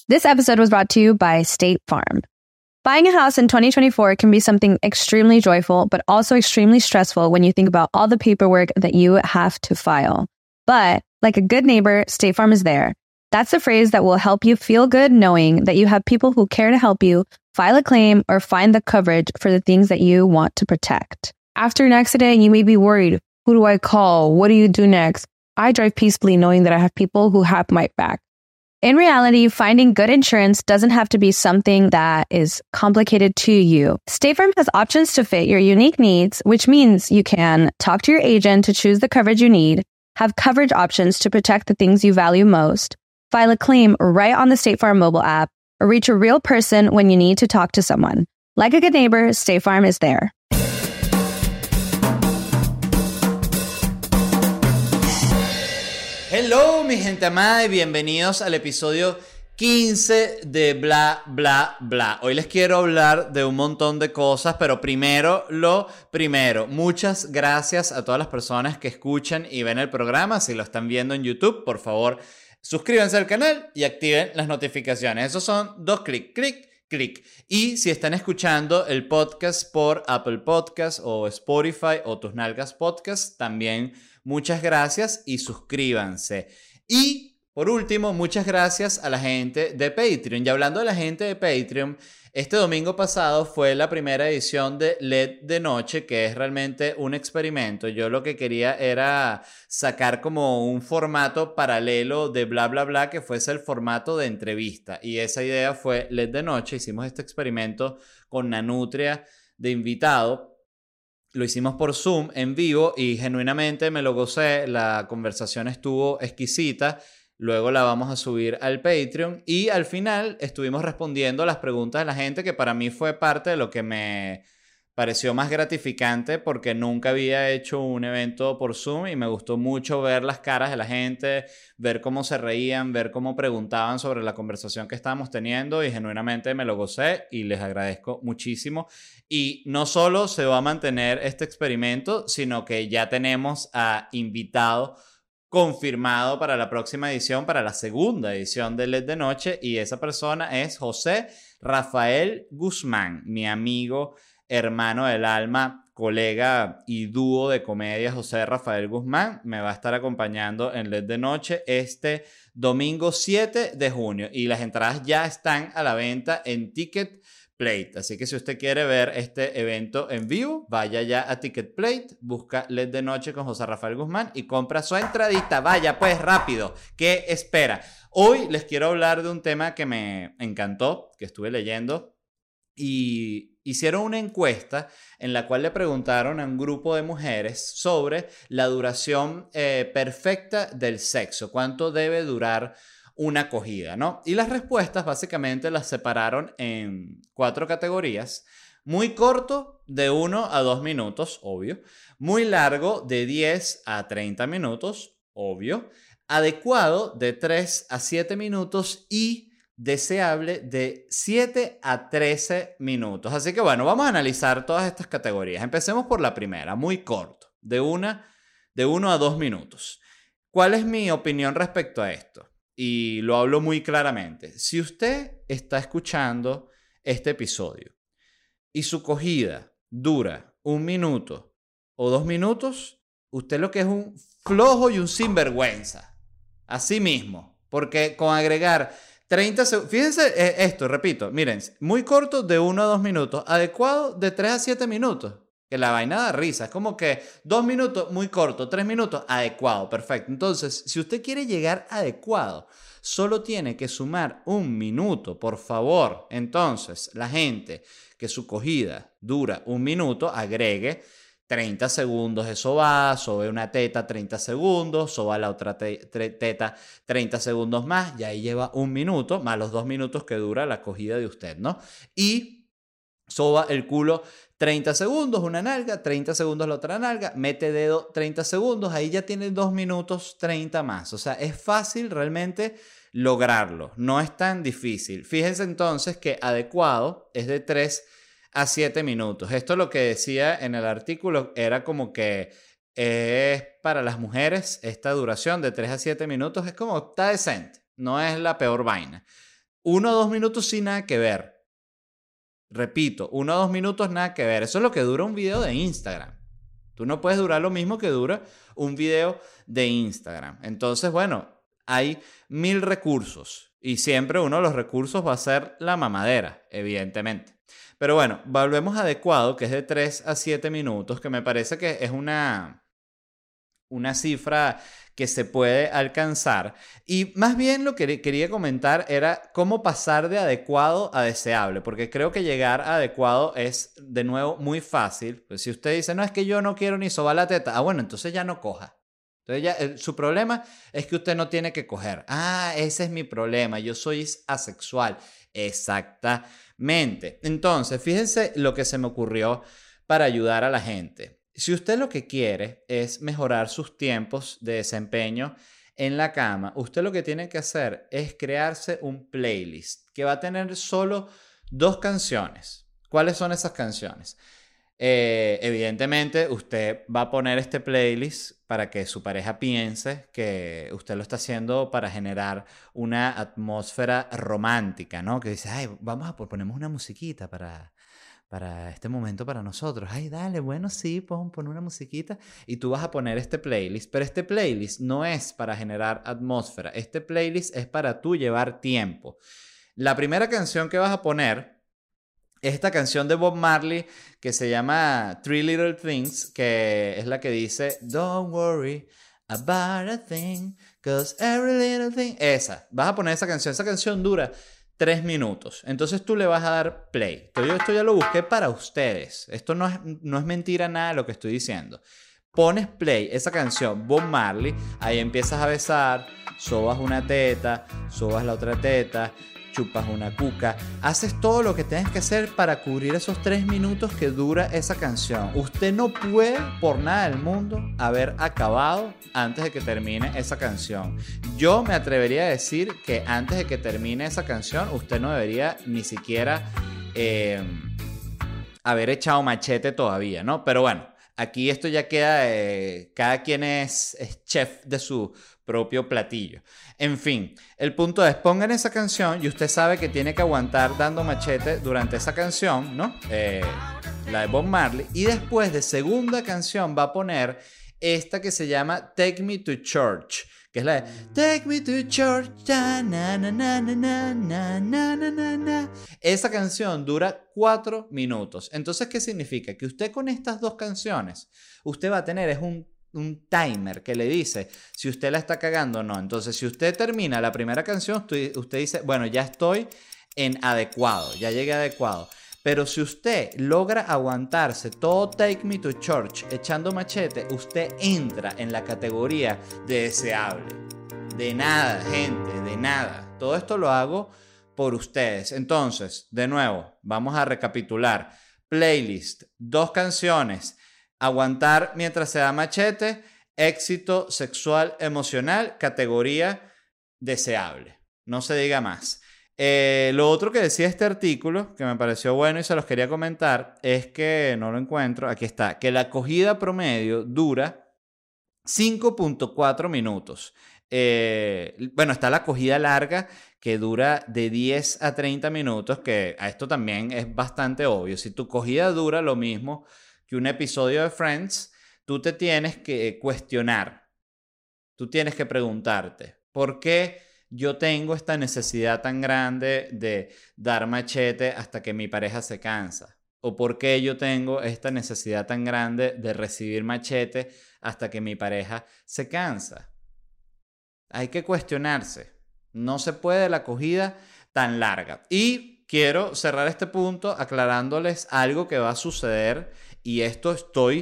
This episode was brought to you by State Farm. Buying a house in 2024 can be something extremely joyful, but also extremely stressful when you think about all the paperwork that you have to file. But like a good neighbor, State Farm is there. That's the phrase that will help you feel good knowing that you have people who care to help you file a claim or find the coverage for the things that you want to protect. After an accident, you may be worried. Who do I call? What do you do next? I drive peacefully knowing that I have people who have my back. In reality, finding good insurance doesn't have to be something that is complicated to you. State Farm has options to fit your unique needs, which means you can talk to your agent to choose the coverage you need, have coverage options to protect the things you value most, file a claim right on the State Farm mobile app, or reach a real person when you need to talk to someone. Like a good neighbor, State Farm is there. Hello, mi gente amada, y bienvenidos al episodio 15 de Bla Bla Bla. Hoy les quiero hablar de un montón de cosas, pero primero, muchas gracias a todas las personas que escuchan y ven el programa. Si lo están viendo en YouTube, por favor, suscríbanse al canal y activen las notificaciones. Esos son 2 clics, clic. Y si están escuchando el podcast por Apple Podcast o Spotify o Tus Nalgas Podcast, también muchas gracias y suscríbanse. Y por último, muchas gracias a la gente de Patreon. Y hablando de la gente de Patreon, este domingo pasado fue la primera edición de LED de Noche, que es realmente un experimento. Yo lo que quería era sacar como un formato paralelo de Bla Bla Bla que fuese el formato de entrevista. Y esa idea fue LED de Noche. Hicimos este experimento con Nanutria de invitado. Lo hicimos por Zoom en vivo y genuinamente me lo gocé. La conversación estuvo exquisita. Luego la vamos a subir al Patreon y al final estuvimos respondiendo a las preguntas de la gente, que para mí fue parte de lo que me pareció más gratificante porque nunca había hecho un evento por Zoom y me gustó mucho ver las caras de la gente, ver cómo se reían, ver cómo preguntaban sobre la conversación que estábamos teniendo y genuinamente me lo gocé y les agradezco muchísimo. Y no solo se va a mantener este experimento, sino que ya tenemos a invitado confirmado para la próxima edición, para la segunda edición de LED de Noche, y esa persona es José Rafael Guzmán, mi amigo, hermano del alma, colega y dúo de comedia. José Rafael Guzmán me va a estar acompañando en LED de Noche este domingo 7 de junio y las entradas ya están a la venta en Ticketplate. Así que si usted quiere ver este evento en vivo, vaya ya a Ticketplate, busca LED de Noche con José Rafael Guzmán y compra su entradita. Vaya pues, rápido, ¿qué espera? Hoy les quiero hablar de un tema que me encantó, que estuve leyendo, y hicieron una encuesta en la cual le preguntaron a un grupo de mujeres sobre la duración perfecta del sexo, cuánto debe durar una acogida, ¿no? Y las respuestas básicamente las separaron en 4 categorías. Muy corto, de 1 a 2 minutos, obvio. Muy largo, de 10 a 30 minutos, obvio. Adecuado, de 3 a 7 minutos y deseable, de 7 a 13 minutos. Así que bueno, vamos a analizar todas estas categorías. Empecemos por la primera, muy corto, de 1 a 2 minutos. ¿Cuál es mi opinión respecto a esto? Y lo hablo muy claramente. Si usted está escuchando este episodio y su cogida dura 1 minuto o 2 minutos, usted lo que es un flojo y un sinvergüenza. Así mismo. Porque con agregar 30 segundos... Fíjense esto, repito. Miren, muy corto, de 1 a 2 minutos. Adecuado, de 3 a 7 minutos. Que la vaina da risa. Es como que 2 minutos, muy corto. 3 minutos, adecuado. Perfecto. Entonces, si usted quiere llegar adecuado, solo tiene que sumar 1 minuto, por favor. Entonces, la gente que su cogida dura 1 minuto, agregue 30 segundos de sobada, sobe una teta 30 segundos, soba la otra teta 30 segundos más, y ahí lleva 1 minuto, más los 2 minutos que dura la cogida de usted, ¿no? Y soba el culo 30 segundos, una nalga, 30 segundos la otra nalga, mete dedo 30 segundos, ahí ya tiene 2 minutos 30 más. O sea, es fácil realmente lograrlo, no es tan difícil. Fíjense entonces que adecuado es de 3 a 7 minutos. Esto lo que decía en el artículo era como que es para las mujeres esta duración de 3 a 7 minutos es como está decente, no es la peor vaina. 1 o 2 minutos sin nada que ver. Repito, 1 o 2 minutos nada que ver. Eso es lo que dura un video de Instagram. Tú no puedes durar lo mismo que dura un video de Instagram. Entonces, bueno, hay 1000 recursos. Y siempre uno de los recursos va a ser la mamadera, evidentemente. Pero bueno, volvemos a adecuado, que es de 3 a 7 minutos, que me parece que es una cifra que se puede alcanzar. Y más bien lo que quería comentar era cómo pasar de adecuado a deseable, porque creo que llegar a adecuado es, de nuevo, muy fácil. Pues si usted dice, no, es que yo no quiero ni sobar la teta, bueno, entonces ya no coja. Entonces ya, su problema es que usted no tiene que coger. Ese es mi problema, yo soy asexual. Exactamente. Entonces, fíjense lo que se me ocurrió para ayudar a la gente. Si usted lo que quiere es mejorar sus tiempos de desempeño en la cama, usted lo que tiene que hacer es crearse un playlist que va a tener solo 2 canciones. ¿Cuáles son esas canciones? Evidentemente, usted va a poner este playlist para que su pareja piense que usted lo está haciendo para generar una atmósfera romántica, ¿no? Que dice, ay, ponemos una musiquita para este momento para nosotros. Ay, dale, bueno, sí, pon una musiquita y tú vas a poner este playlist. Pero este playlist no es para generar atmósfera. Este playlist es para tú llevar tiempo. La primera canción que vas a poner es esta canción de Bob Marley que se llama Three Little Things, que es la que dice Don't worry about a thing, 'cause every little thing... Esa, vas a poner esa canción dura 3 minutos. Entonces tú le vas a dar play. Esto ya lo busqué para ustedes. Esto no es mentira nada de lo que estoy diciendo. Pones play, esa canción, Bob Marley, ahí empiezas a besar, sobas una teta, sobas la otra teta, chupas una cuca, haces todo lo que tienes que hacer para cubrir esos 3 minutos que dura esa canción. Usted no puede por nada del mundo haber acabado antes de que termine esa canción. Yo me atrevería a decir que antes de que termine esa canción usted no debería ni siquiera haber echado machete todavía, ¿no? Pero bueno, aquí esto ya queda, cada quien es chef de su propio platillo. En fin, el punto es, pongan esa canción y usted sabe que tiene que aguantar dando machete durante esa canción, ¿no? La de Bob Marley. Y después de segunda canción va a poner esta que se llama Take Me to Church, que es la de Take Me to Church, na, na, na, na, na, na, na, na, na. Esa canción dura 4 minutos. Entonces, ¿qué significa? Que usted con estas 2 canciones, usted va a tener un timer que le dice si usted la está cagando o no. Entonces, si usted termina la primera canción, usted dice, bueno, ya estoy en adecuado, ya llegué a adecuado. Pero si usted logra aguantarse todo Take Me to Church echando machete, usted entra en la categoría de deseable. De nada, gente, de nada. Todo esto lo hago por ustedes. Entonces, de nuevo, vamos a recapitular. Playlist, 2 canciones, aguantar mientras se da machete, éxito sexual emocional, categoría deseable. No se diga más. Lo otro que decía este artículo, que me pareció bueno y se los quería comentar, es que, no lo encuentro, aquí está, que la acogida promedio dura 5.4 minutos. Bueno, está la acogida larga, que dura de 10 a 30 minutos, que a esto también es bastante obvio. Si tu acogida dura lo mismo que un episodio de Friends, tú te tienes que cuestionar. Tú tienes que preguntarte, ¿por qué yo tengo esta necesidad tan grande de dar machete hasta que mi pareja se cansa? ¿O por qué yo tengo esta necesidad tan grande de recibir machete hasta que mi pareja se cansa? Hay que cuestionarse. No se puede la acogida tan larga. Y quiero cerrar este punto aclarándoles algo que va a suceder, y esto estoy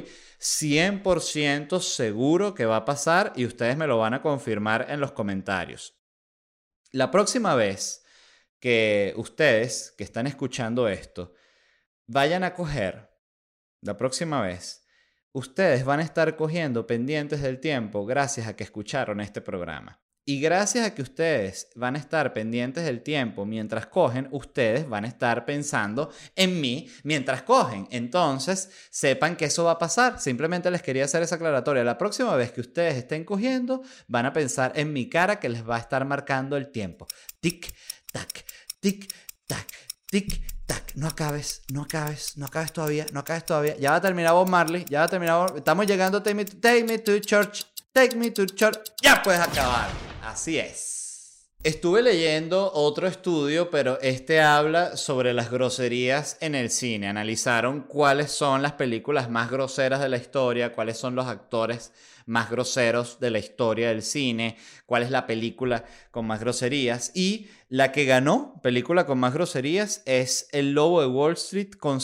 100% seguro que va a pasar y ustedes me lo van a confirmar en los comentarios. La próxima vez que ustedes que están escuchando esto vayan a coger, la próxima vez, ustedes van a estar cogiendo pendientes del tiempo gracias a que escucharon este programa. Y gracias a que ustedes van a estar pendientes del tiempo mientras cogen, ustedes van a estar pensando en mí mientras cogen. Entonces, sepan que eso va a pasar. Simplemente les quería hacer esa aclaratoria. La próxima vez que ustedes estén cogiendo, van a pensar en mi cara que les va a estar marcando el tiempo. Tic, tac, tic, tac, tic, tac. No acabes todavía. Ya va a terminar Bob Marley, estamos llegando a Take Me to Church, Take Me to Church. Ya puedes acabar. Así es. Estuve leyendo otro estudio, pero este habla sobre las groserías en el cine. Analizaron cuáles son las películas más groseras de la historia, cuáles son los actores más groseros de la historia del cine, cuál es la película con más groserías. Y la que película con más groserías, es El Lobo de Wall Street con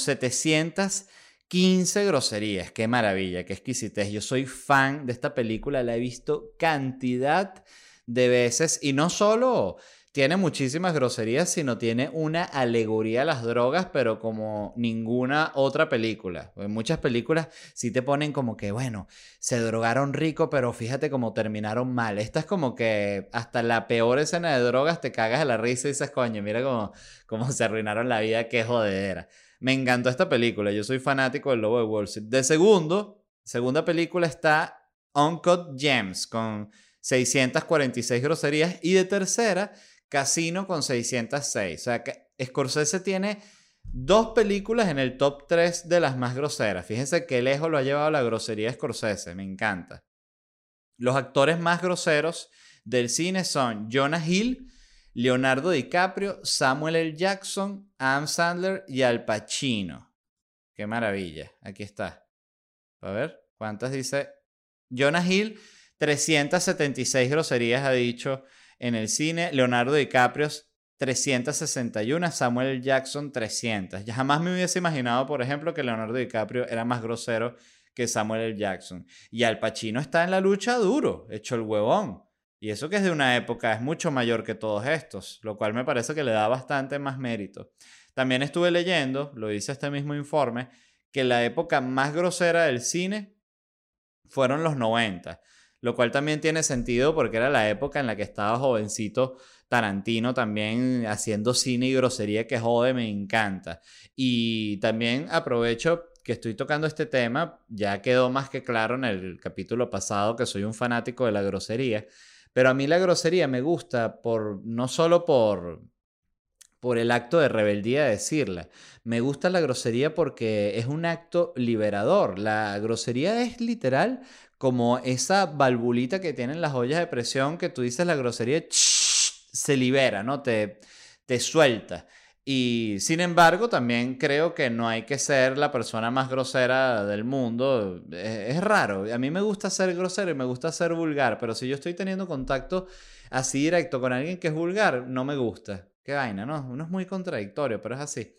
715 groserías. Qué maravilla, qué exquisitez. Yo soy fan de esta película, la he visto cantidad de veces, y no solo tiene muchísimas groserías, sino tiene una alegoría a las drogas, pero como ninguna otra película. En muchas películas sí te ponen como que, bueno, se drogaron rico, pero fíjate cómo terminaron mal. Esta es como que hasta la peor escena de drogas te cagas de la risa y dices, coño, mira cómo se arruinaron la vida, qué jodedera. Me encantó esta película, yo soy fanático del Lobo de Wall Street. De segunda película está Uncut Gems con 646 groserías, y de tercera, Casino con 606. O sea, que Scorsese tiene 2 películas en el top 3 de las más groseras. Fíjense qué lejos lo ha llevado la grosería de Scorsese, me encanta. Los actores más groseros del cine son Jonah Hill, Leonardo DiCaprio, Samuel L. Jackson, Adam Sandler y Al Pacino. Qué maravilla, aquí está. A ver, ¿cuántas dice? Jonah Hill, 376 groserías ha dicho en el cine. Leonardo DiCaprio, 361. Samuel L. Jackson, 300. Ya jamás me hubiese imaginado, por ejemplo, que Leonardo DiCaprio era más grosero que Samuel L. Jackson. Y Al Pacino está en la lucha duro, hecho el huevón. Y eso que es de una época, es mucho mayor que todos estos, lo cual me parece que le da bastante más mérito. También estuve leyendo, lo dice este mismo informe, que la época más grosera del cine fueron los 90, lo cual también tiene sentido porque era la época en la que estaba jovencito Tarantino también haciendo cine y grosería que jode, me encanta. Y también aprovecho que estoy tocando este tema, ya quedó más que claro en el capítulo pasado que soy un fanático de la grosería, pero a mí la grosería me gusta no solo por el acto de rebeldía de decirla. Me gusta la grosería porque es un acto liberador. La grosería es literal como esa valvulita que tienen las ollas de presión, que tú dices la grosería, se libera, ¿no? Te suelta. Y sin embargo, también creo que no hay que ser la persona más grosera del mundo. Es raro. A mí me gusta ser grosero y me gusta ser vulgar, pero si yo estoy teniendo contacto así directo con alguien que es vulgar, no me gusta. Qué vaina, ¿no? Uno es muy contradictorio, pero es así.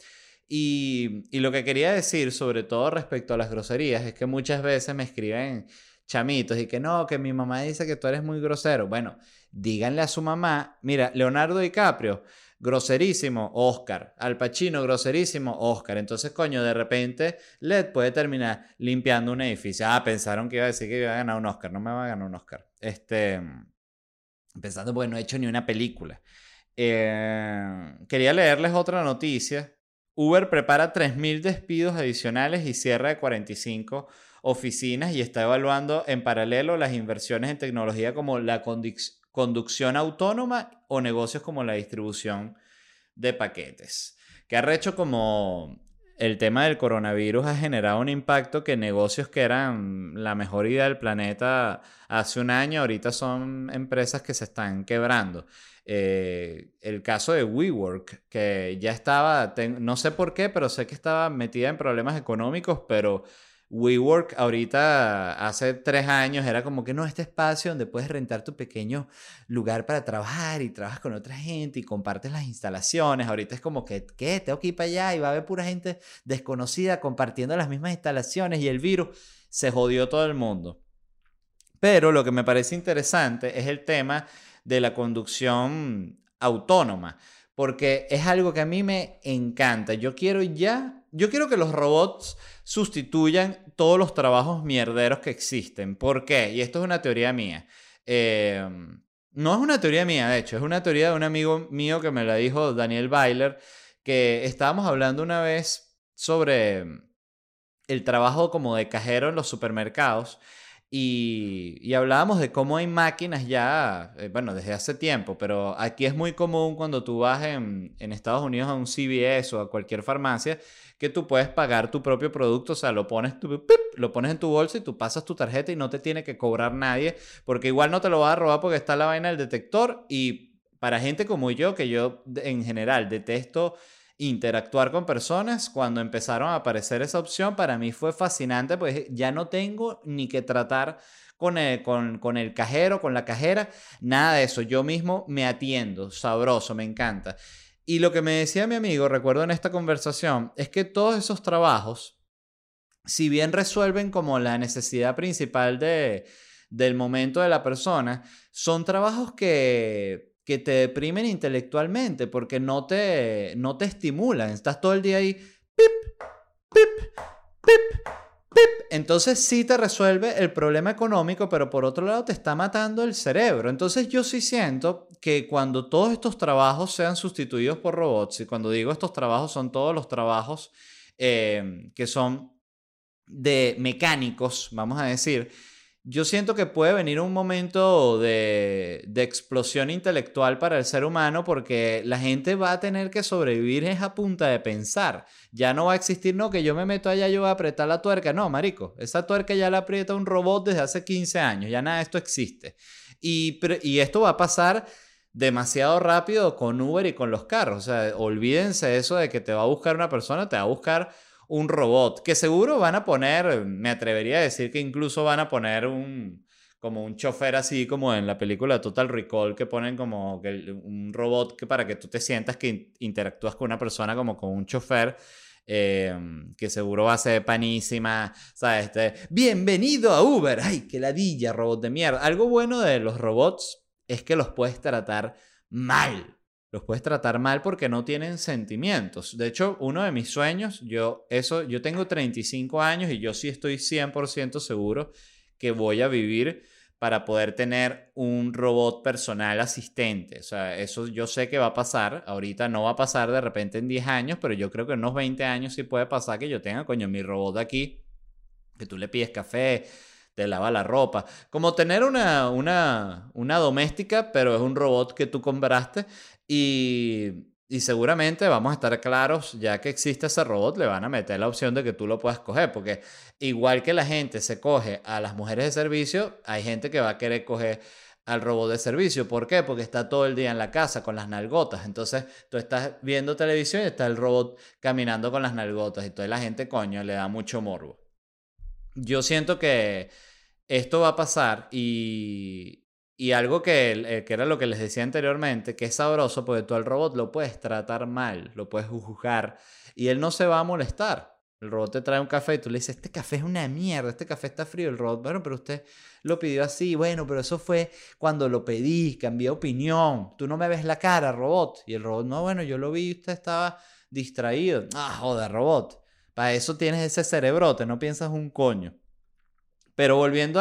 Y lo que quería decir, sobre todo respecto a las groserías, es que muchas veces me escriben chamitos y que no, que mi mamá dice que tú eres muy grosero. Bueno, díganle a su mamá, mira, Leonardo DiCaprio, groserísimo, Oscar. Al Pacino, groserísimo, Oscar. Entonces, coño, de repente Led puede terminar limpiando un edificio. Ah, pensaron que iba a decir que iba a ganar un Oscar. No me va a ganar un Oscar. Pensando porque no he hecho ni una película. Quería leerles otra noticia. Uber prepara 3.000 despidos adicionales y cierra de 45 oficinas y está evaluando en paralelo las inversiones en tecnología como la conducción autónoma o negocios como la distribución de paquetes. Que arrecho como el tema del coronavirus ha generado un impacto que negocios que eran la mejor idea del planeta hace un año, ahorita son empresas que se están quebrando. El caso de WeWork, que ya estaba, no sé por qué, pero sé que estaba metida en problemas económicos, pero WeWork ahorita, hace 3 años, era como que no, este espacio donde puedes rentar tu pequeño lugar para trabajar y trabajas con otra gente y compartes las instalaciones. Ahorita es como que, ¿qué? Tengo que ir para allá y va a haber pura gente desconocida compartiendo las mismas instalaciones y el virus se jodió todo el mundo. Pero lo que me parece interesante es el tema de la conducción autónoma, porque es algo que a mí me encanta. Yo quiero que los robots sustituyan todos los trabajos mierderos que existen. ¿Por qué? Y esto es una teoría mía. No es una teoría mía, de hecho, es una teoría de un amigo mío que me la dijo Daniel Bailer, que estábamos hablando una vez sobre el trabajo como de cajero en los supermercados. Y hablábamos de cómo hay máquinas ya, bueno, desde hace tiempo, pero aquí es muy común cuando tú vas en Estados Unidos a un CVS o a cualquier farmacia, que tú puedes pagar tu propio producto, o sea, lo pones en tu bolsa y tú pasas tu tarjeta y no te tiene que cobrar nadie, porque igual no te lo vas a robar porque está la vaina del detector. Y para gente como yo, que yo en general detesto interactuar con personas, cuando empezaron a aparecer esa opción, para mí fue fascinante, pues ya no tengo ni que tratar con el cajero, con la cajera, nada de eso. Yo mismo me atiendo, sabroso, me encanta. Y lo que me decía mi amigo, recuerdo en esta conversación, es que todos esos trabajos, si bien resuelven como la necesidad principal del momento de la persona, son trabajos que te deprimen intelectualmente porque no te estimulan. Estás todo el día ahí, pip, pip, pip, pip. Entonces sí te resuelve el problema económico, pero por otro lado te está matando el cerebro. Entonces yo sí siento que cuando todos estos trabajos sean sustituidos por robots, y cuando digo estos trabajos son todos los trabajos que son de mecánicos, vamos a decir, yo siento que puede venir un momento de explosión intelectual para el ser humano, porque la gente va a tener que sobrevivir es a punta de pensar. Ya no va a existir, no, que yo me meto allá, yo voy a apretar la tuerca. No, marico, esa tuerca ya la aprieta un robot desde hace 15 años, ya nada de esto existe. Y esto va a pasar demasiado rápido con Uber y con los carros. O sea, olvídense eso de que te va a buscar una persona, te va a buscar un robot, que seguro van a poner, me atrevería a decir que incluso van a poner como un chofer así como en la película Total Recall, que ponen como un robot que para que tú te sientas que interactúas con una persona como con un chofer, que seguro va a ser panísima, ¿sabes? Bienvenido a Uber, ay, qué ladilla, robot de mierda. Algo bueno de los robots es que los puedes tratar mal. Los puedes tratar mal porque no tienen sentimientos. De hecho, uno de mis sueños, yo tengo 35 años y yo sí estoy 100% seguro que voy a vivir para poder tener un robot personal asistente. O sea, eso yo sé que va a pasar. Ahorita no va a pasar de repente en 10 años, pero yo creo que en unos 20 años sí puede pasar que yo tenga, coño, mi robot aquí, que tú le pides café, te lava la ropa. Como tener una doméstica, pero es un robot que tú compraste. Y seguramente vamos a estar claros, ya que existe ese robot, le van a meter la opción de que tú lo puedas coger. Porque igual que la gente se coge a las mujeres de servicio, hay gente que va a querer coger al robot de servicio. ¿Por qué? Porque está todo el día en la casa con las nalgotas. Entonces tú estás viendo televisión y está el robot caminando con las nalgotas. Y toda la gente, coño, le da mucho morbo. Yo siento que esto va a pasar y algo que era lo que les decía anteriormente, que es sabroso porque tú al robot lo puedes tratar mal, lo puedes juzgar y él no se va a molestar. El robot te trae un café y tú le dices, este café es una mierda, este café está frío. El robot, bueno, pero usted lo pidió así, bueno, pero eso fue cuando lo pedí, cambié de opinión. Tú no me ves la cara, robot. Y el robot, no, bueno, yo lo vi y usted estaba distraído. Ah, joder, robot. Para eso tienes ese cerebrote, no piensas un coño. Pero volviendo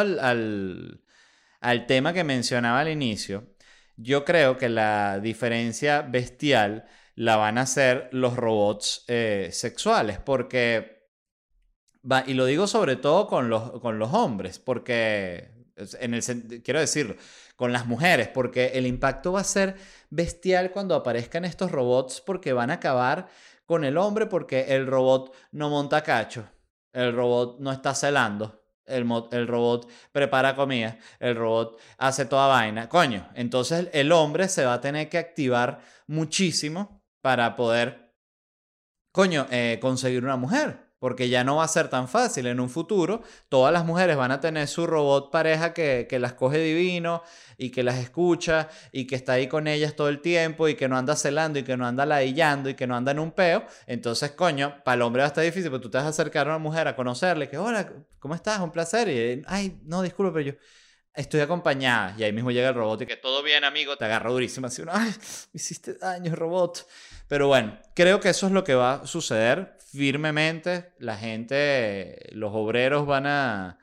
al tema que mencionaba al inicio, yo creo que la diferencia bestial la van a hacer los robots sexuales, porque, y lo digo sobre todo con los hombres, porque, quiero decirlo, con las mujeres, porque el impacto va a ser bestial cuando aparezcan estos robots, porque van a acabar con el hombre, porque el robot no monta cacho, el robot no está celando. El robot prepara comida, el robot hace toda vaina. Coño, entonces el hombre se va a tener que activar muchísimo para poder, coño, conseguir una mujer. Porque ya no va a ser tan fácil. En un futuro, todas las mujeres van a tener su robot pareja que las coge divino y que las escucha y que está ahí con ellas todo el tiempo y que no anda celando y que no anda ladillando y que no anda en un peo. Entonces, coño, para el hombre va a estar difícil, porque tú te vas a acercar a una mujer a conocerle, que, hola, ¿cómo estás? Un placer. Y, ay, no, disculpe, pero yo estoy acompañada. Y ahí mismo llega el robot y que todo bien, amigo, te agarra durísimo. Así, ay, me hiciste daño, robot. Pero bueno, creo que eso es lo que va a suceder firmemente. La gente, los obreros van a...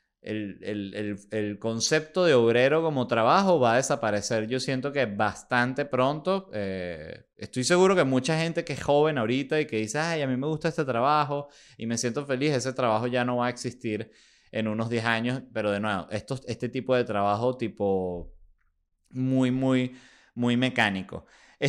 El concepto de obrero como trabajo va a desaparecer. Yo siento que bastante pronto. Estoy seguro que mucha gente que es joven ahorita y que dice, ay, a mí me gusta este trabajo y me siento feliz, ese trabajo ya no va a existir en unos 10 años, pero de nuevo, este tipo de trabajo tipo muy, muy, muy mecánico.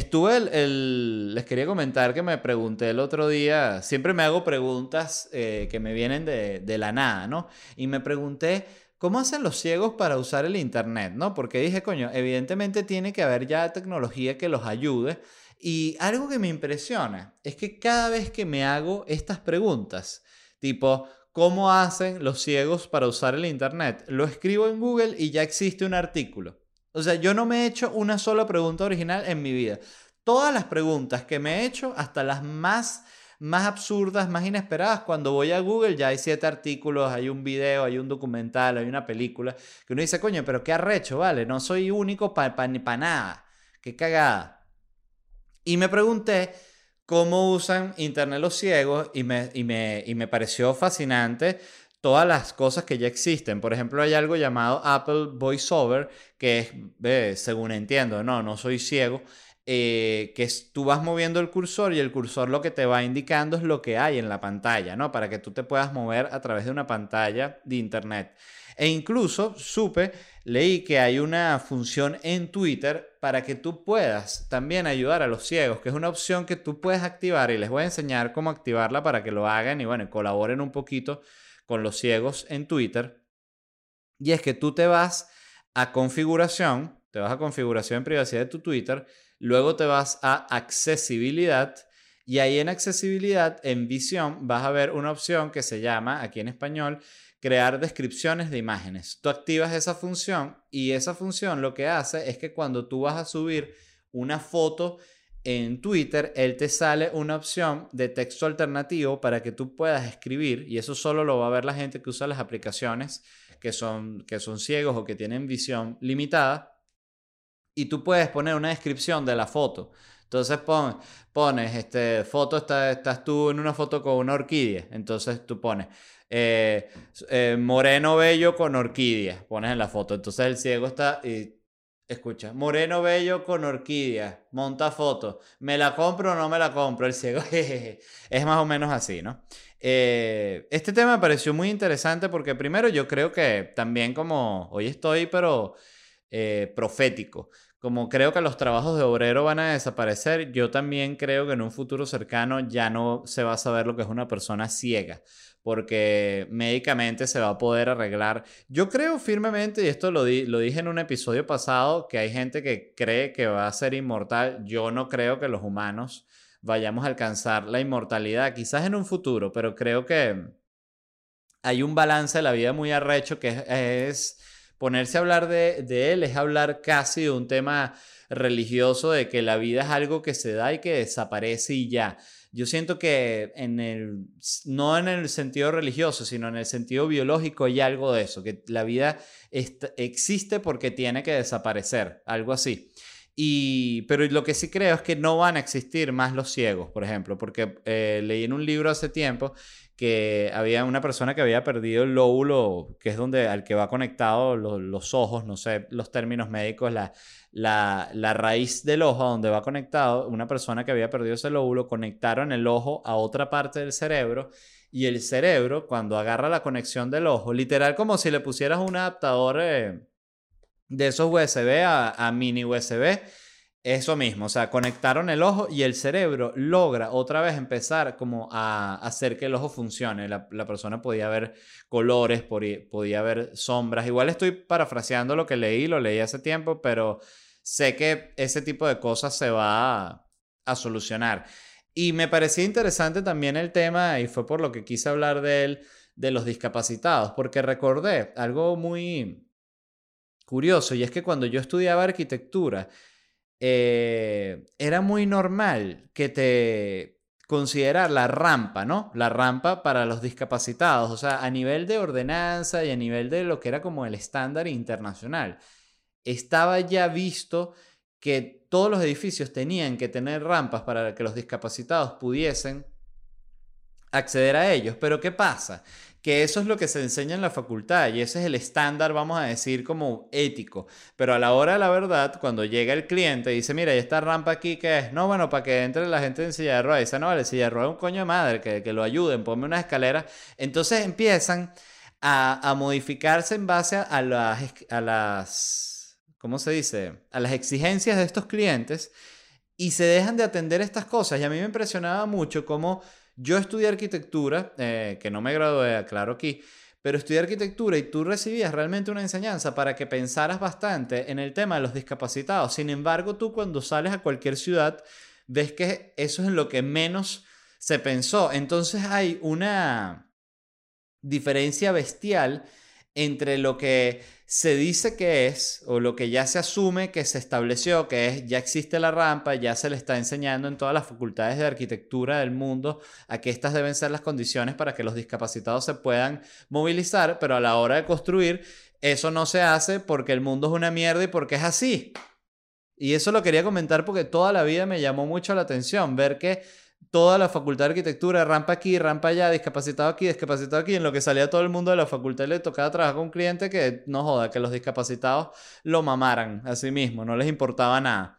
Les quería comentar que me pregunté el otro día, siempre me hago preguntas que me vienen de la nada, ¿no? Y me pregunté, ¿cómo hacen los ciegos para usar el internet, ¿no? Porque dije, coño, evidentemente tiene que haber ya tecnología que los ayude. Y algo que me impresiona es que cada vez que me hago estas preguntas, tipo, ¿cómo hacen los ciegos para usar el internet? Lo escribo en Google y ya existe un artículo. O sea, yo no me he hecho una sola pregunta original en mi vida. Todas las preguntas que me he hecho, hasta las más absurdas, más inesperadas, cuando voy a Google ya hay 7 artículos, hay un video, hay un documental, hay una película, que uno dice, coño, pero qué arrecho, ¿vale? No soy único para nada. Qué cagada. Y me pregunté cómo usan internet los ciegos y me pareció fascinante todas las cosas que ya existen. Por ejemplo, hay algo llamado Apple VoiceOver, que es, según entiendo, no soy ciego, tú vas moviendo el cursor y el cursor lo que te va indicando es lo que hay en la pantalla, ¿no? Para que tú te puedas mover a través de una pantalla de internet. E incluso leí que hay una función en Twitter para que tú puedas también ayudar a los ciegos, que es una opción que tú puedes activar y les voy a enseñar cómo activarla para que lo hagan y bueno, colaboren un poquito con los ciegos en Twitter. Y es que tú te vas a configuración en privacidad de tu Twitter, luego te vas a accesibilidad y ahí en accesibilidad, en visión, vas a ver una opción que se llama, aquí en español, crear descripciones de imágenes. Tú activas esa función y esa función lo que hace es que cuando tú vas a subir una foto en Twitter, él te sale una opción de texto alternativo para que tú puedas escribir y eso solo lo va a ver la gente que usa las aplicaciones que son ciegos o que tienen visión limitada y tú puedes poner una descripción de la foto. Entonces pones, foto, estás tú en una foto con una orquídea. Entonces tú pones moreno bello con orquídea. Pones en la foto. Entonces el ciego está y escucha, moreno bello con orquídea. Monta foto. ¿Me la compro o no me la compro? El ciego, jejeje. Es más o menos así, ¿no? Este tema me pareció muy interesante porque primero yo creo que también como hoy estoy, pero profético. Como creo que los trabajos de obrero van a desaparecer, yo también creo que en un futuro cercano ya no se va a saber lo que es una persona ciega, porque médicamente se va a poder arreglar. Yo creo firmemente, y esto lo dije en un episodio pasado, que hay gente que cree que va a ser inmortal. Yo no creo que los humanos vayamos a alcanzar la inmortalidad, quizás en un futuro, pero creo que hay un balance de la vida muy arrecho que es ponerse a hablar de él, es hablar casi de un tema religioso, de que la vida es algo que se da y que desaparece y ya. Yo siento que no en el sentido religioso, sino en el sentido biológico hay algo de eso, que la vida existe porque tiene que desaparecer, algo así. Pero lo que sí creo es que no van a existir más los ciegos, por ejemplo, porque leí en un libro hace tiempo que había una persona que había perdido el lóbulo, que es al que va conectado los ojos, no sé los términos médicos, la raíz del ojo donde va conectado, una persona que había perdido ese lóbulo, conectaron el ojo a otra parte del cerebro y el cerebro cuando agarra la conexión del ojo, literal como si le pusieras un adaptador de esos USB a mini USB. Eso mismo, o sea, conectaron el ojo y el cerebro logra otra vez empezar como a hacer que el ojo funcione. La persona podía ver colores, podía ver sombras. Igual estoy parafraseando lo que lo leí hace tiempo, pero sé que ese tipo de cosas se va a solucionar. Y me parecía interesante también el tema, y fue por lo que quise hablar de él, de los discapacitados, porque recordé algo muy curioso, y es que cuando yo estudiaba arquitectura, era muy normal que te considerar la rampa, ¿no? La rampa para los discapacitados, o sea, a nivel de ordenanza y a nivel de lo que era como el estándar internacional. Estaba ya visto que todos los edificios tenían que tener rampas para que los discapacitados pudiesen acceder a ellos. Pero ¿qué pasa? Que eso es lo que se enseña en la facultad y ese es el estándar, vamos a decir, como ético. Pero a la hora de la verdad, cuando llega el cliente y dice, mira, ¿y esta rampa aquí qué es? No, bueno, para que entre la gente en silla de ruedas. Dice, no, vale, silla de ruedas es un coño de madre, que lo ayuden, ponme una escalera. Entonces empiezan a modificarse en base a las, ¿cómo se dice? A las exigencias de estos clientes y se dejan de atender estas cosas. Y a mí me impresionaba mucho cómo yo estudié arquitectura, que no me gradué, aclaro aquí, pero estudié arquitectura y tú recibías realmente una enseñanza para que pensaras bastante en el tema de los discapacitados. Sin embargo, tú cuando sales a cualquier ciudad, ves que eso es en lo que menos se pensó. Entonces hay una diferencia bestial entre lo que se dice que es o lo que ya se asume que se estableció, que es ya existe la rampa, ya se le está enseñando en todas las facultades de arquitectura del mundo a que estas deben ser las condiciones para que los discapacitados se puedan movilizar, pero a la hora de construir eso no se hace porque el mundo es una mierda y porque es así. Y eso lo quería comentar porque toda la vida me llamó mucho la atención ver que toda la facultad de arquitectura, rampa aquí, rampa allá, discapacitado aquí, en lo que salía todo el mundo de la facultad y le tocaba trabajar con un cliente que no joda, que los discapacitados lo mamaran a sí mismo, no les importaba nada.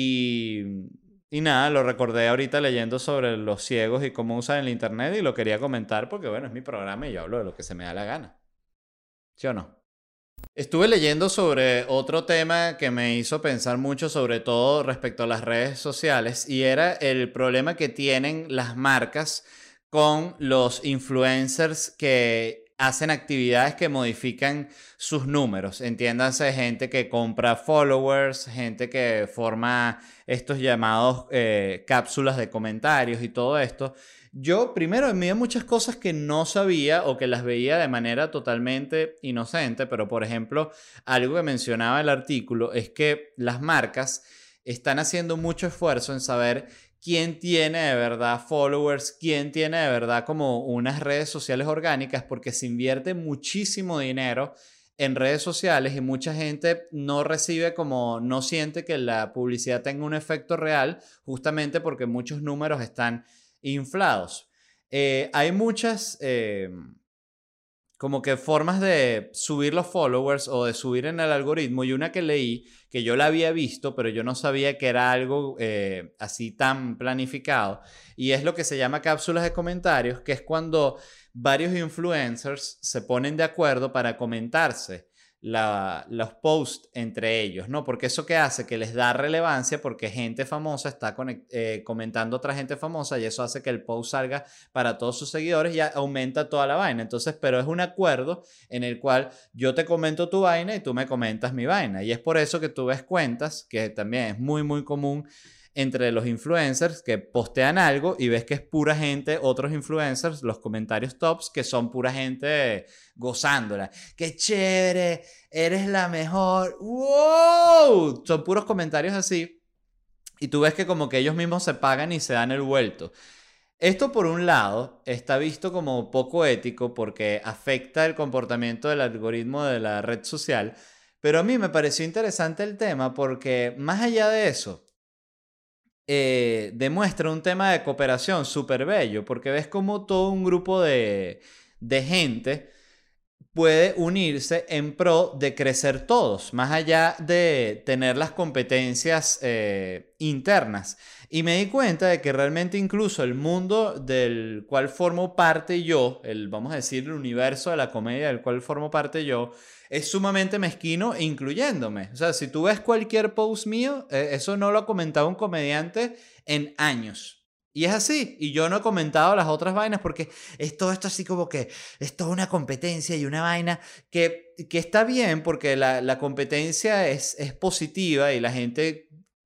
Y, y nada, lo recordé ahorita leyendo sobre los ciegos y cómo usan el internet y lo quería comentar porque bueno, es mi programa y yo hablo de lo que se me da la gana. ¿Sí o no? Estuve leyendo sobre otro tema que me hizo pensar mucho, sobre todo respecto a las redes sociales, y era el problema que tienen las marcas con los influencers que hacen actividades que modifican sus números. Entiéndanse, gente que compra followers, gente que forma estos llamados cápsulas de comentarios y todo esto. Yo primero envié muchas cosas que no sabía o que las veía de manera totalmente inocente, pero por ejemplo, algo que mencionaba el artículo es que las marcas están haciendo mucho esfuerzo en saber quién tiene de verdad followers, quién tiene de verdad como unas redes sociales orgánicas, porque se invierte muchísimo dinero en redes sociales y mucha gente no recibe como, no siente que la publicidad tenga un efecto real, justamente porque muchos números están inflados. Hay muchas como que formas de subir los followers o de subir en el algoritmo y una que leí, que yo la había visto, pero yo no sabía que era algo así tan planificado, y es lo que se llama cápsulas de comentarios, que es cuando varios influencers se ponen de acuerdo para comentarse los posts entre ellos, ¿no? Porque eso que hace que les da relevancia porque gente famosa está comentando a otra gente famosa y eso hace que el post salga para todos sus seguidores y aumenta toda la vaina. Entonces, pero es un acuerdo en el cual yo te comento tu vaina y tú me comentas mi vaina. Y es por eso que tú ves cuentas, que también es muy, muy común entre los influencers que postean algo y ves que es pura gente, otros influencers, los comentarios tops, que son pura gente gozándola. ¡Qué chévere! ¡Eres la mejor! ¡Wow! Son puros comentarios así. Y tú ves que como que ellos mismos se pagan y se dan el vuelto. Esto por un lado está visto como poco ético porque afecta el comportamiento del algoritmo de la red social, pero a mí me pareció interesante el tema porque más allá de eso, demuestra un tema de cooperación súper bello, porque ves como todo un grupo de gente puede unirse en pro de crecer todos, más allá de tener las competencias internas. Y me di cuenta de que realmente incluso el mundo del cual formo parte yo, vamos a decir, el universo de la comedia del cual formo parte yo, es sumamente mezquino, incluyéndome. O sea, si tú ves cualquier post mío, eso no lo ha comentado un comediante en años. Y es así, y yo no he comentado las otras vainas porque es todo esto así como que es toda una competencia y una vaina que está bien porque la competencia es positiva y la gente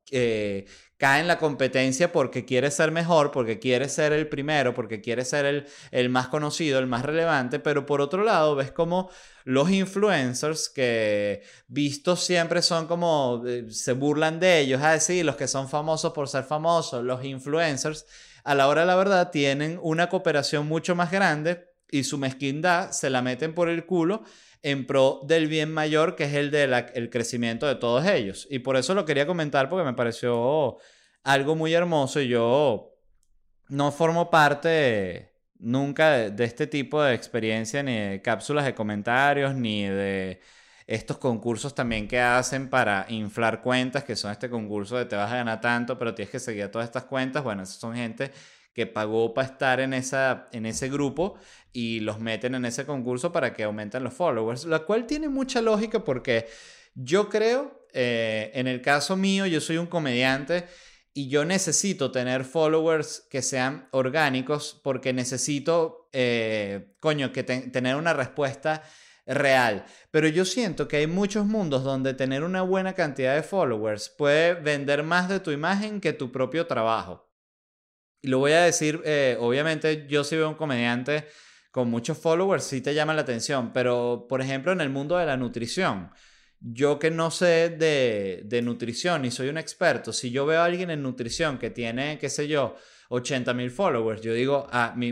cae en la competencia porque quiere ser mejor, porque quiere ser el primero, porque quiere ser el más conocido, el más relevante, pero por otro lado ves como los influencers que vistos siempre son como, se burlan de ellos, sí, los que son famosos por ser famosos, los influencers, a la hora de la verdad tienen una cooperación mucho más grande y su mezquindad se la meten por el culo en pro del bien mayor, que es el crecimiento de todos ellos. Y por eso lo quería comentar porque me pareció algo muy hermoso y yo no formo parte nunca de este tipo de experiencia, ni de cápsulas de comentarios, ni de estos concursos también que hacen para inflar cuentas, que son este concurso de te vas a ganar tanto, pero tienes que seguir a todas estas cuentas. Bueno, esas son gente que pagó para estar en ese grupo y los meten en ese concurso para que aumenten los followers, la cual tiene mucha lógica porque yo creo, en el caso mío, yo soy un comediante y yo necesito tener followers que sean orgánicos porque necesito, tener una respuesta real. Pero yo siento que hay muchos mundos donde tener una buena cantidad de followers puede vender más de tu imagen que tu propio trabajo. Y lo voy a decir, obviamente yo si veo un comediante con muchos followers sí te llama la atención, pero por ejemplo en el mundo de la nutrición, yo que no sé de nutrición y soy un experto, si yo veo a alguien en nutrición que tiene, qué sé yo, 80,000 followers, yo digo,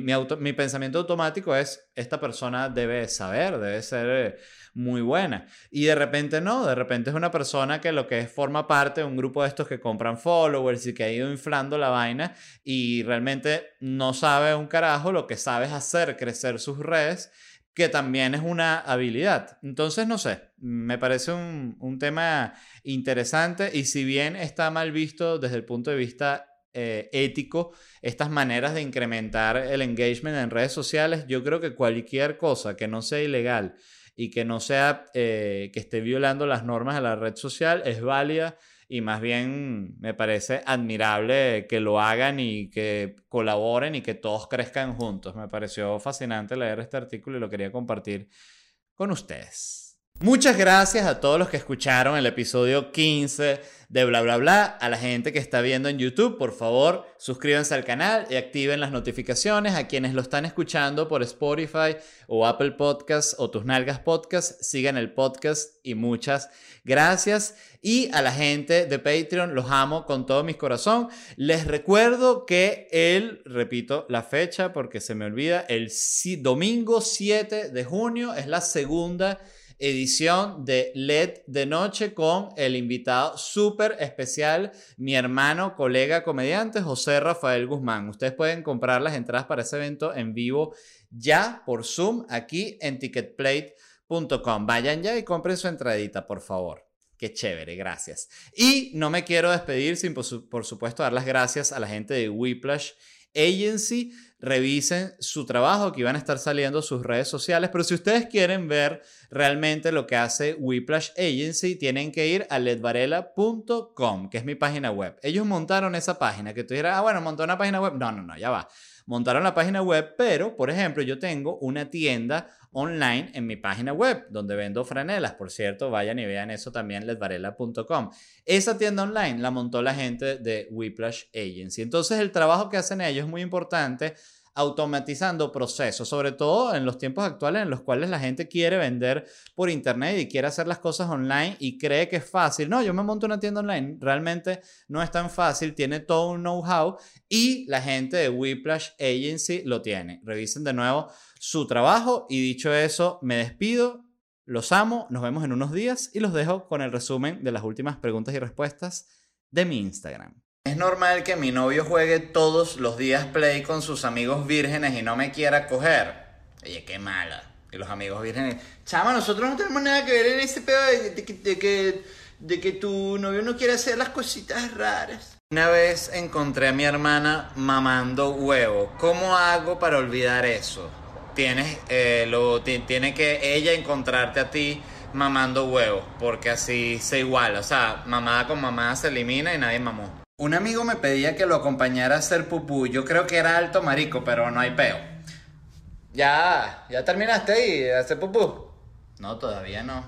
mi pensamiento automático es, esta persona debe saber, debe ser muy buena. Y de repente no, de repente es una persona que lo que es forma parte de un grupo de estos que compran followers y que ha ido inflando la vaina y realmente no sabe un carajo, lo que sabe es hacer crecer sus redes, que también es una habilidad. Entonces, no sé, me parece un tema interesante y si bien está mal visto desde el punto de vista ético, estas maneras de incrementar el engagement en redes sociales, yo creo que cualquier cosa que no sea ilegal y que no sea que esté violando las normas de la red social es válida y más bien me parece admirable que lo hagan y que colaboren y que todos crezcan juntos. Me pareció fascinante leer este artículo y lo quería compartir con ustedes. Muchas gracias a todos los que escucharon el episodio 15 de Bla Bla Bla. A la gente que está viendo en YouTube, por favor, suscríbanse al canal y activen las notificaciones. A quienes lo están escuchando por Spotify o Apple Podcasts o Tus Nalgas Podcasts, sigan el podcast y muchas gracias. Y a la gente de Patreon, los amo con todo mi corazón. Les recuerdo que repito la fecha porque se me olvida, el domingo 7 de junio es la segunda edición de LED de Noche con el invitado súper especial, mi hermano, colega comediante, José Rafael Guzmán. Ustedes pueden comprar las entradas para ese evento en vivo ya por Zoom aquí en ticketplate.com. Vayan ya y compren su entradita, por favor. Qué chévere, gracias. Y no me quiero despedir sin, por supuesto, dar las gracias a la gente de Whiplash Agency. Revisen su trabajo, que van a estar saliendo sus redes sociales, pero si ustedes quieren ver realmente lo que hace Whiplash Agency, tienen que ir a ledvarela.com, que es mi página web. Ellos montaron esa página, que tú dirás, bueno, montó una página web. No, ya va. Montaron la página web, pero, por ejemplo, yo tengo una tienda online en mi página web, donde vendo franelas. Por cierto, vayan y vean eso también, ledvarela.com. Esa tienda online la montó la gente de Whiplash Agency. Entonces, el trabajo que hacen ellos es muy importante, automatizando procesos, sobre todo en los tiempos actuales en los cuales la gente quiere vender por internet y quiere hacer las cosas online y cree que es fácil. No, yo me monto una tienda online. Realmente no es tan fácil, tiene todo un know-how y la gente de Whiplash Agency lo tiene. Revisen de nuevo su trabajo y dicho eso, me despido. Los amo, nos vemos en unos días y los dejo con el resumen de las últimas preguntas y respuestas de mi Instagram. ¿Es normal que mi novio juegue todos los días Play con sus amigos vírgenes y no me quiera coger? Oye, qué mala. Y los amigos vírgenes, chama, nosotros no tenemos nada que ver en ese pedo de que tu novio no quiere hacer las cositas raras. Una vez encontré a mi hermana mamando huevo. ¿Cómo hago para olvidar eso? Tiene que ella encontrarte a ti mamando huevo, porque así se iguala. O sea, mamada con mamada se elimina y nadie mamó. Un amigo me pedía que lo acompañara a hacer pupú. Yo creo que era alto marico, pero no hay peo. ¿Ya terminaste ahí de hacer pupú? No, todavía no.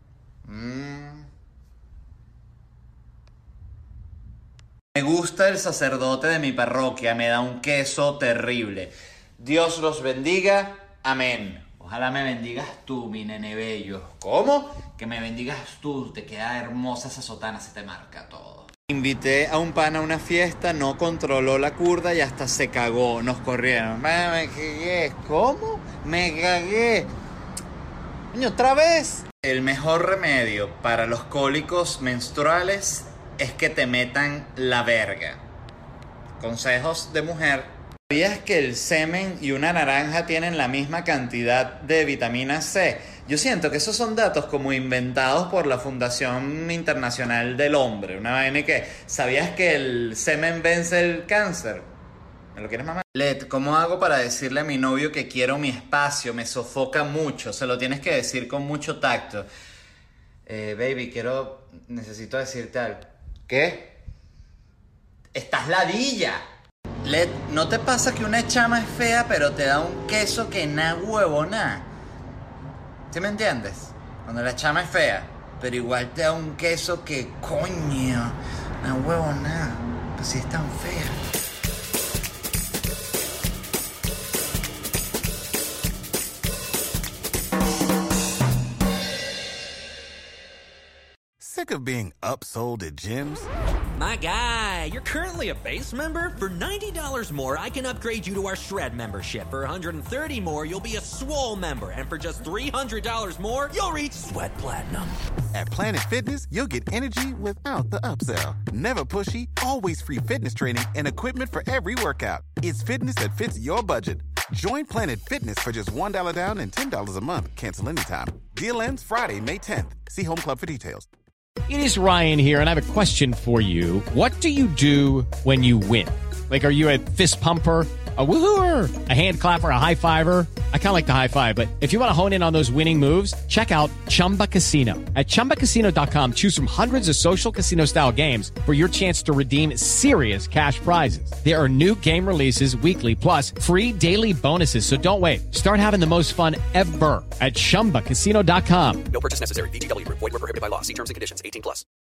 Me gusta el sacerdote de mi parroquia, me da un queso terrible. Dios los bendiga, amén. Ojalá me bendigas tú, mi nene bello. ¿Cómo? Que me bendigas tú, te queda hermosa esa sotana, se te marca todo. Invité a un pana a una fiesta, no controló la curda y hasta se cagó, nos corrieron. Me cagué, ¿cómo? Me cagué. Coño, ¿otra vez? El mejor remedio para los cólicos menstruales es que te metan la verga. Consejos de mujer. ¿Sabías que el semen y una naranja tienen la misma cantidad de vitamina C? Yo siento que esos son datos como inventados por la Fundación Internacional del Hombre. Una vaina que, ¿sabías que el semen vence el cáncer? ¿Me lo quieres mamar? Led, ¿cómo hago para decirle a mi novio que quiero mi espacio? Me sofoca mucho. Se lo tienes que decir con mucho tacto. Baby, necesito decirte algo. ¿Qué? ¡Estás ladilla! Led, ¿no te pasa que una chama es fea pero te da un queso que na huevona? ¿Sí me entiendes? Cuando la chama es fea, pero igual te da un queso que coño, na huevona. Pues si es tan fea. Sick of being upsold at gyms? My guy, you're currently a base member? For $90 more, I can upgrade you to our Shred membership. For $130 more, you'll be a Swole member. And for just $300 more, you'll reach Sweat Platinum. At Planet Fitness, you'll get energy without the upsell. Never pushy, always free fitness training and equipment for every workout. It's fitness that fits your budget. Join Planet Fitness for just $1 down and $10 a month. Cancel anytime. Deal ends Friday, May 10th. See Home Club for details. It is Ryan here, and I have a question for you. What do you do when you win? Like, are you a fist pumper, a woohooer, a hand clapper, a high fiver? I kind of like the high five, but if you want to hone in on those winning moves, check out Chumba Casino. At ChumbaCasino.com, choose from hundreds of social casino-style games for your chance to redeem serious cash prizes. There are new game releases weekly, plus free daily bonuses, so don't wait. Start having the most fun ever at ChumbaCasino.com. No purchase necessary. VGW Group. Void where prohibited by law. See terms and conditions. 18+.